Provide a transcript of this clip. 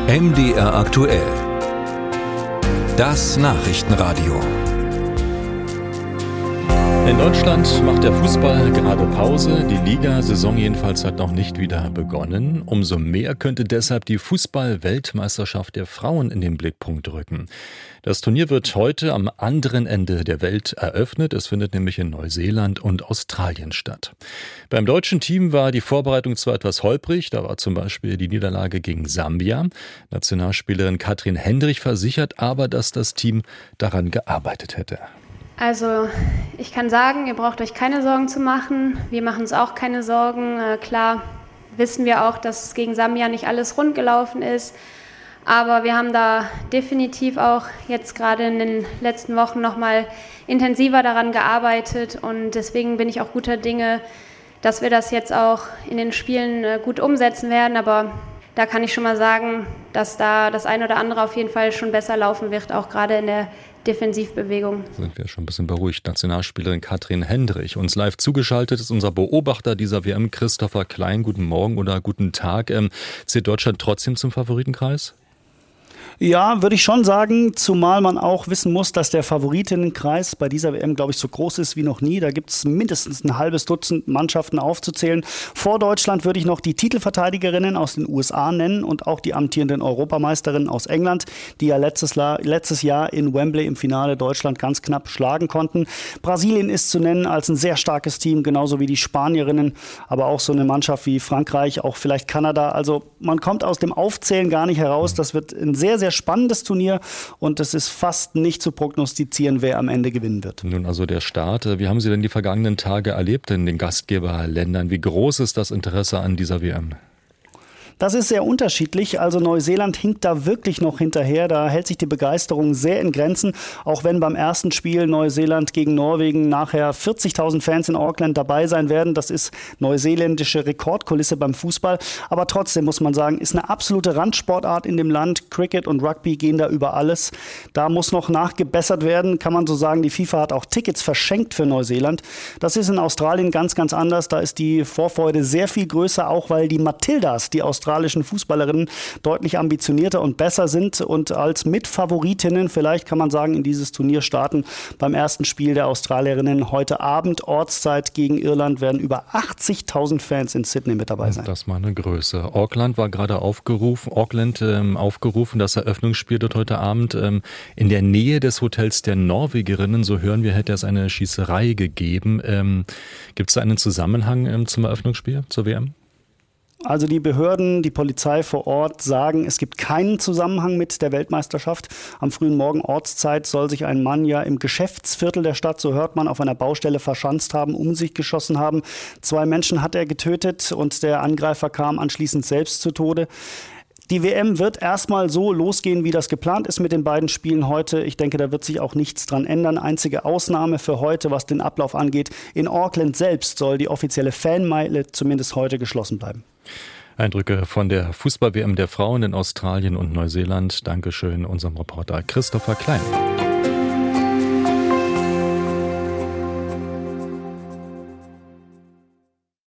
MDR aktuell. Das Nachrichtenradio. In Deutschland macht der Fußball gerade Pause. Die Liga-Saison jedenfalls hat noch nicht wieder begonnen. Umso mehr könnte deshalb die Fußball-Weltmeisterschaft der Frauen in den Blickpunkt rücken. Das Turnier wird heute am anderen Ende der Welt eröffnet. Es findet nämlich in Neuseeland und Australien statt. Beim deutschen Team war die Vorbereitung zwar etwas holprig. Da war zum Beispiel die Niederlage gegen Sambia. Nationalspielerin Katrin Hendrich versichert aber, dass das Team daran gearbeitet hätte. Also ich kann sagen, ihr braucht euch keine Sorgen zu machen. Wir machen uns auch keine Sorgen. Klar wissen wir auch, dass gegen Sambia nicht alles rund gelaufen ist. Aber wir haben da definitiv auch jetzt gerade in den letzten Wochen nochmal intensiver daran gearbeitet. Und deswegen bin ich auch guter Dinge, dass wir das jetzt auch in den Spielen gut umsetzen werden. Aber da kann ich schon mal sagen, dass da das eine oder andere auf jeden Fall schon besser laufen wird, auch gerade in der Defensivbewegung. Sind wir schon ein bisschen beruhigt. Nationalspielerin Katrin Hendrich. Uns live zugeschaltet ist unser Beobachter dieser WM, Christopher Klein. Guten Morgen oder guten Tag. Zählt Deutschland trotzdem zum Favoritenkreis? Ja, würde ich schon sagen, zumal man auch wissen muss, dass der Favoritenkreis bei dieser WM, glaube ich, so groß ist wie noch nie. Da gibt es mindestens ein halbes Dutzend Mannschaften aufzuzählen. Vor Deutschland würde ich noch die Titelverteidigerinnen aus den USA nennen und auch die amtierenden Europameisterinnen aus England, die ja letztes Jahr in Wembley im Finale Deutschland ganz knapp schlagen konnten. Brasilien ist zu nennen als ein sehr starkes Team, genauso wie die Spanierinnen, aber auch so eine Mannschaft wie Frankreich, auch vielleicht Kanada. Also man kommt aus dem Aufzählen gar nicht heraus. Das wird ein sehr, sehr spannendes Turnier und es ist fast nicht zu prognostizieren, wer am Ende gewinnen wird. Nun also der Start. Wie haben Sie denn die vergangenen Tage erlebt in den Gastgeberländern? Wie groß ist das Interesse an dieser WM? Das ist sehr unterschiedlich. Also Neuseeland hinkt da wirklich noch hinterher. Da hält sich die Begeisterung sehr in Grenzen. Auch wenn beim ersten Spiel Neuseeland gegen Norwegen nachher 40.000 Fans in Auckland dabei sein werden. Das ist neuseeländische Rekordkulisse beim Fußball. Aber trotzdem muss man sagen, ist eine absolute Randsportart in dem Land. Cricket und Rugby gehen da über alles. Da muss noch nachgebessert werden, kann man so sagen. Die FIFA hat auch Tickets verschenkt für Neuseeland. Das ist in Australien ganz, ganz anders. Da ist die Vorfreude sehr viel größer, auch weil die Matildas, die australischen Fußballerinnen, deutlich ambitionierter und besser sind und als Mitfavoritinnen, vielleicht kann man sagen, in dieses Turnier starten. Beim ersten Spiel der Australierinnen heute Abend, Ortszeit gegen Irland, werden über 80.000 Fans in Sydney mit dabei sein. Das ist mal eine Größe. Auckland war gerade aufgerufen, das Eröffnungsspiel dort heute Abend in der Nähe des Hotels der Norwegerinnen. So hören wir, hätte es eine Schießerei gegeben. Gibt es da einen Zusammenhang zum Eröffnungsspiel zur WM? Also die Behörden, die Polizei vor Ort sagen, es gibt keinen Zusammenhang mit der Weltmeisterschaft. Am frühen Morgen Ortszeit soll sich ein Mann ja im Geschäftsviertel der Stadt, so hört man, auf einer Baustelle verschanzt haben, um sich geschossen haben. 2 Menschen hat er getötet und der Angreifer kam anschließend selbst zu Tode. Die WM wird erstmal so losgehen, wie das geplant ist mit den beiden Spielen heute. Ich denke, da wird sich auch nichts dran ändern. Einzige Ausnahme für heute, was den Ablauf angeht: in Auckland selbst soll die offizielle Fanmeile zumindest heute geschlossen bleiben. Eindrücke von der Fußball-WM der Frauen in Australien und Neuseeland. Dankeschön unserem Reporter Christopher Klein.